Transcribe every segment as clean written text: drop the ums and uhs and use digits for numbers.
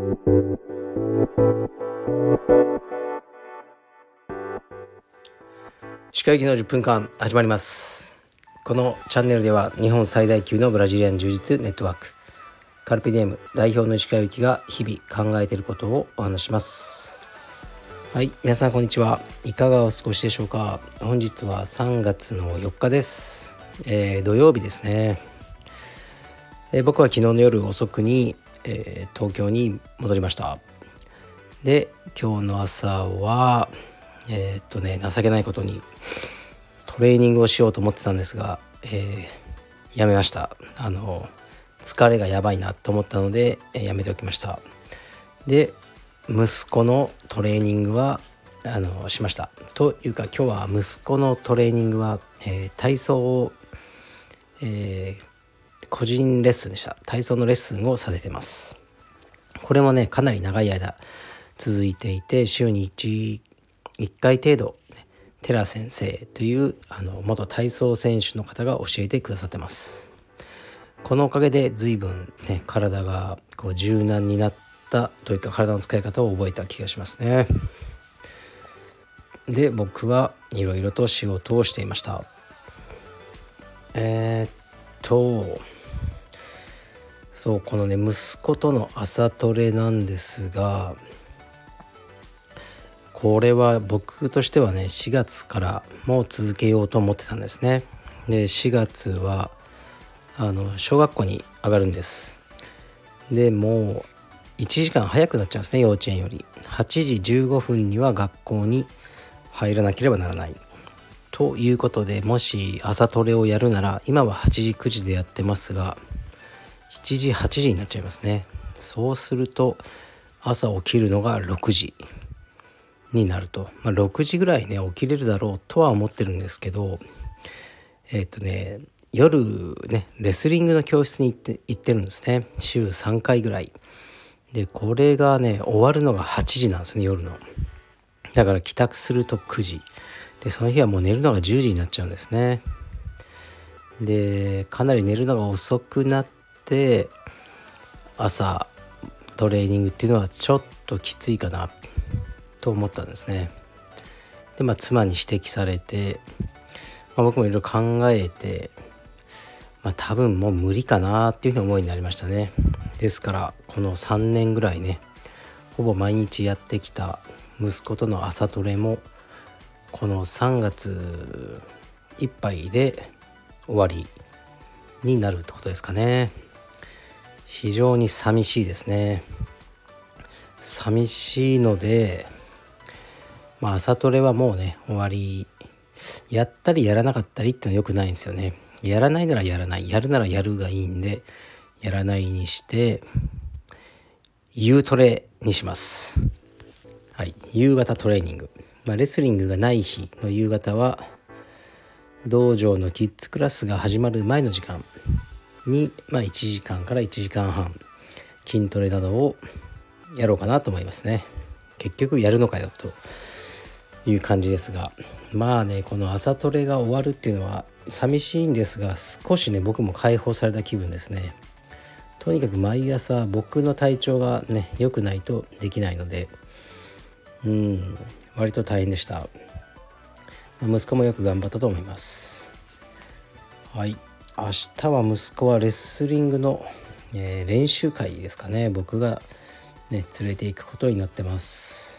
歯科医の10分間始まります。このチャンネルでは日本最大級のブラジリアン柔術ネットワークカルペディエム代表の石川由紀が日々考えていることをお話します。はい、皆さんこんにちは。いかがお過ごしでしょうか。本日は3月の4日です。土曜日ですね。僕は昨日の夜遅くに、東京に戻りました。で、今日の朝は情けないことにトレーニングをしようと思ってたんですが、やめました。疲れがやばいなと思ったので、やめておきました。で、息子のトレーニングはしました。というか今日は息子のトレーニングは、体操を、個人レッスンでした。体操のレッスンをさせてます。これもねかなり長い間続いていて、週に1回程度テラ先生という元体操選手の方が教えてくださってます。このおかげで随分ね体が柔軟になったというか、体の使い方を覚えた気がしますね。で、僕はいろいろと仕事をしていました。そう、このね息子との朝トレなんですが、これは僕としてはね4月からも続けようと思ってたんですね。で、4月は小学校に上がるんです。で、もう1時間早くなっちゃうんですね。幼稚園より8時15分には学校に入らなければならないということで、もし朝トレをやるなら、今は8時9時でやってますが7時8時になっちゃいますね。そうすると朝起きるのが6時になると、6時ぐらいね起きれるだろうとは思ってるんですけど、夜ねレスリングの教室に行ってるんですね。週3回ぐらいで、これがね終わるのが8時なんですね、夜の。だから帰宅すると9時で、その日はもう寝るのが10時になっちゃうんですね。で、かなり寝るのが遅くなって、朝トレーニングっていうのはちょっときついかなと思ったんですね。で、妻に指摘されて、僕もいろいろ考えて、多分もう無理かなっていうふうに思いになりましたね。ですからこの3年ぐらいねほぼ毎日やってきた息子との朝トレもこの3月いっぱいで終わりになるってことですかね。非常に寂しいですね。寂しいので、朝トレはもうね終わり。やったりやらなかったりってのは良くないんですよね。やらないならやらない、やるならやるがいいんで、やらないにして夕トレにします。はい、夕方トレーニング、レスリングがない日の夕方は道場のキッズクラスが始まる前の時間に、1時間から1時間半筋トレなどをやろうかなと思いますね。結局やるのかよという感じですが、この朝トレが終わるっていうのは寂しいんですが、少しね僕も解放された気分ですね。とにかく毎朝僕の体調がね良くないとできないので、割と大変でした。息子もよく頑張ったと思います。はい、明日は息子はレスリングの、練習会ですかね。僕がね連れて行くことになってます。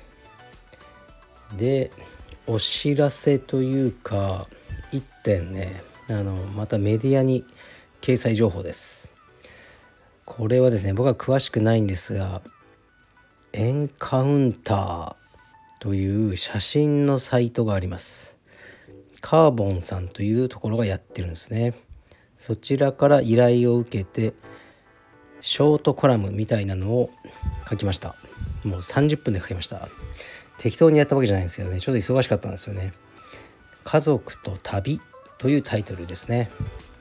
で、お知らせというか1点ね、またメディアに掲載情報です。これはですね僕は詳しくないんですが、エンカウンターという写真のサイトがあります。カーボンさんというところがやってるんですね。そちらから依頼を受けてショートコラムみたいなのを書きました。もう30分で書きました。適当にやったわけじゃないんですけどね、ちょっと忙しかったんですよね。家族と旅というタイトルですね。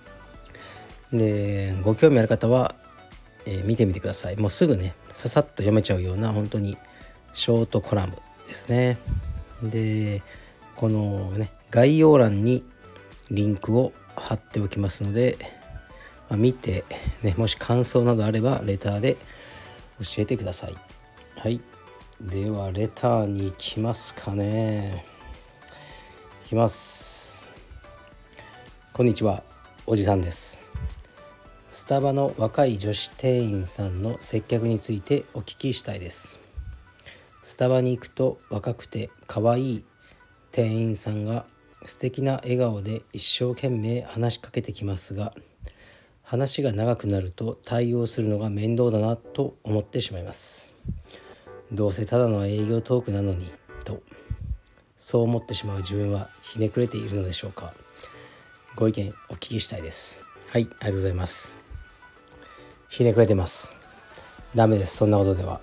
で、ご興味ある方は、見てみてください。もうすぐねささっと読めちゃうような本当にショートコラムですね。で、このね概要欄にリンクを貼っておきますので、見てね、もし感想などあればレターで教えてください。はい、ではレターに行きますかね。行きます。こんにちは、おじさんです。スタバの若い女子店員さんの接客についてお聞きしたいです。スタバに行くと若くて可愛い店員さんが素敵な笑顔で一生懸命話しかけてきますが、話が長くなると対応するのが面倒だなと思ってしまいます。どうせただの営業トークなのにと、そう思ってしまう自分はひねくれているのでしょうか。ご意見お聞きしたいです。はい、ありがとうございます。ひねくれてます。ダメです、そんなことでは。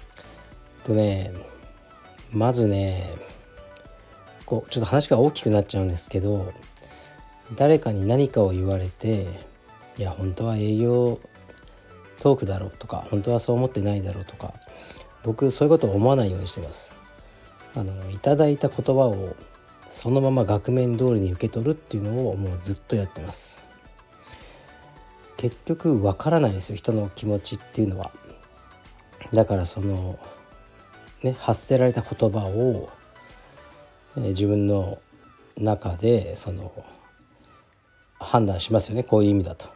まずね、ちょっと話が大きくなっちゃうんですけど、誰かに何かを言われて、いや本当は営業トークだろうとか、本当はそう思ってないだろうとか、僕そういうことを思わないようにしてます。いただいた言葉をそのまま額面通りに受け取るっていうのをもうずっとやってます。結局わからないんですよ、人の気持ちっていうのは。だから発せられた言葉を、自分の中で判断しますよね。こういう意味だと。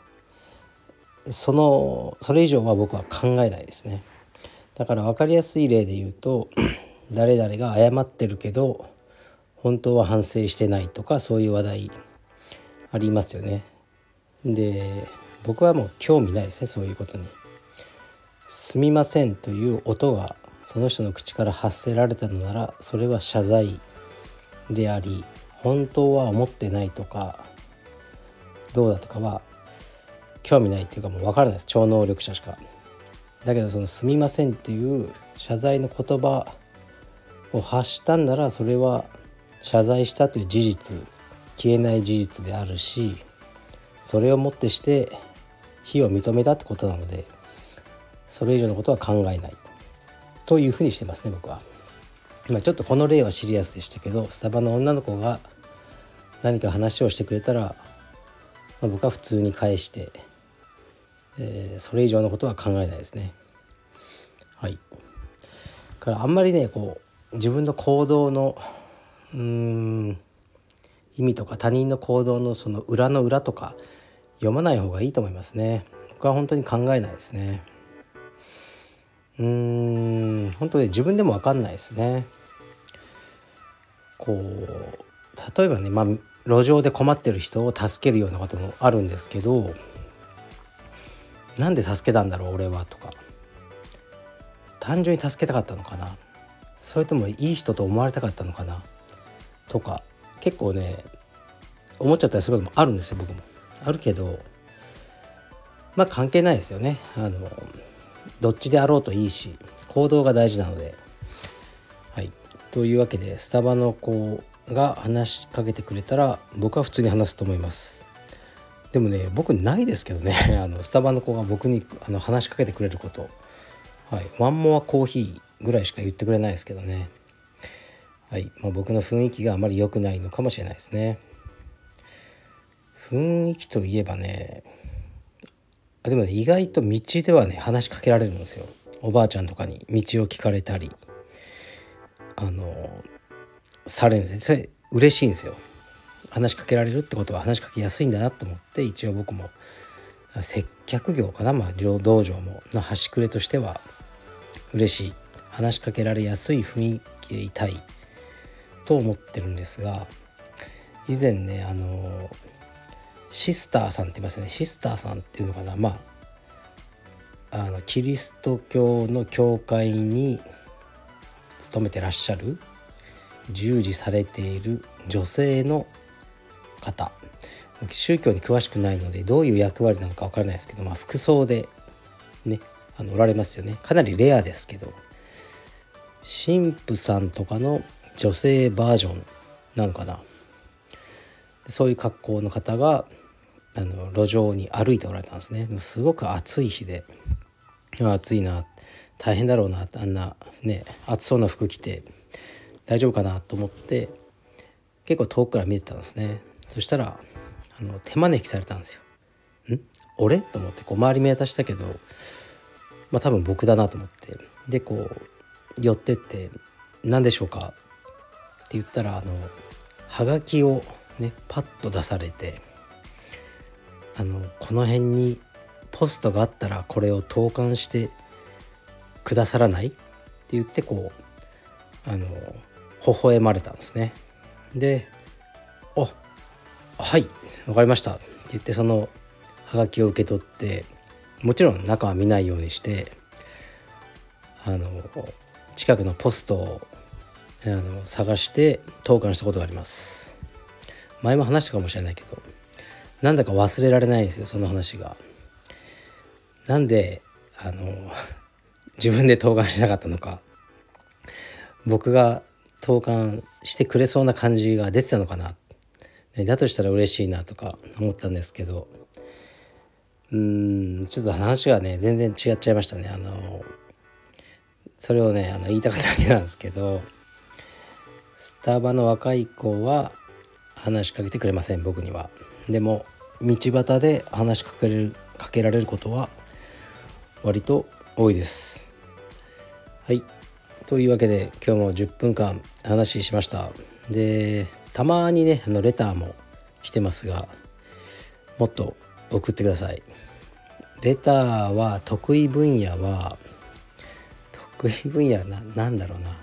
それ以上は僕は考えないですね。だから分かりやすい例で言うと誰々が謝ってるけど本当は反省してないとか、そういう話題ありますよね。で、僕はもう興味ないですね、そういうことに。すみませんという音がその人の口から発せられたのなら、それは謝罪であり、本当は思ってないとかどうだとかは興味ないっていうか、もう分からないです。超能力者しか。だけどすみませんっていう謝罪の言葉を発したんなら、それは謝罪したという事実、消えない事実であるし、それをもってして非を認めたってことなので、それ以上のことは考えないというふうにしてますね、僕は。ちょっとこの例はシリアスでしたけど、スタバの女の子が何か話をしてくれたら、僕は普通に返して、それ以上のことは考えないですね。はい。からあんまりね、自分の行動の意味とか、他人の行動のその裏の裏とか読まない方がいいと思いますね。僕は本当に考えないですね。本当に自分でも分かんないですね。例えばね、路上で困ってる人を助けるようなこともあるんですけど、なんで助けたんだろう俺はとか、単純に助けたかったのかな、それともいい人と思われたかったのかなとか、結構ね思っちゃったりすることもあるんですよ。僕もあるけど、関係ないですよね。どっちであろうといいし、行動が大事なので。はい、というわけで、スタバの子が話しかけてくれたら僕は普通に話すと思います。でもね、僕ないですけどねスタバの子が僕に話しかけてくれること、ワンモアコーヒーぐらいしか言ってくれないですけどね。僕の雰囲気があまり良くないのかもしれないですね。雰囲気といえばね、でもね、意外と道ではね話しかけられるんですよ。おばあちゃんとかに道を聞かれたりされるんで、それ嬉しいんですよ。話しかけられるってことは話しかけやすいんだなと思って、一応僕も接客業かな、道場もの端くれとしては嬉しい、話しかけられやすい雰囲気でいたいと思ってるんですが、以前ねシスターさんって言いますよね。シスターさんっていうのかな、キリスト教の教会に勤めてらっしゃる、従事されている女性の方、宗教に詳しくないのでどういう役割なのか分からないですけど、服装でねおられますよね。かなりレアですけど、神父さんとかの女性バージョンなのかな、そういう格好の方が路上に歩いておられたんですね。すごく暑い日で、暑いな、大変だろうな、あんなね暑そうな服着て大丈夫かなと思って結構遠くから見てたんですね。そしたら手招きされたんですよ。俺と思って周り見渡したけど、 多分僕だなと思って、でこう寄ってって何でしょうかって言ったらはがきをねパッと出されて、この辺にポストがあったらこれを投函してくださらないって言ってこう微笑まれたんですね。ではいわかりましたって言って、そのはがきを受け取って、もちろん中は見ないようにして近くのポストを探して投函したことがあります。前も話したかもしれないけど、なんだか忘れられないんですよ、その話が。なんで自分で投函しなかったのか、僕が投函してくれそうな感じが出てたのかな、だとしたら嬉しいなとか思ったんですけど、ちょっと話がね全然違っちゃいましたね。それをね言いたかっただけなんですけど、スタバの若い子は話しかけてくれません、僕には。でも道端で話しかけられることは割と多いです。はい、というわけで今日も10分間話しました。でたまにねレターも来てますが、もっと送ってください。レターは得意分野なんだろうな、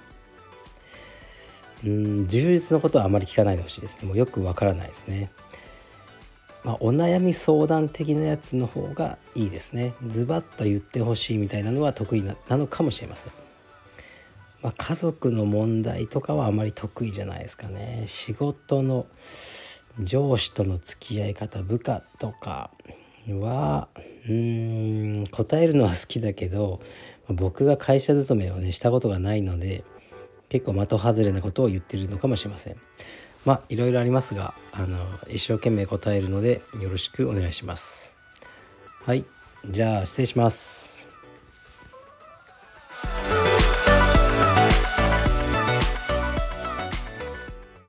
充実のことはあまり聞かないでほしいですね。もうよくわからないですね。お悩み相談的なやつの方がいいですね。ズバッと言ってほしいみたいなのは得意なのかもしれません。家族の問題とかはあまり得意じゃないですかね。仕事の上司との付き合い方、部下とかは答えるのは好きだけど、僕が会社勤めをねしたことがないので結構的外れなことを言ってるのかもしれません。いろいろありますが一生懸命答えるのでよろしくお願いします。はい、じゃあ失礼します。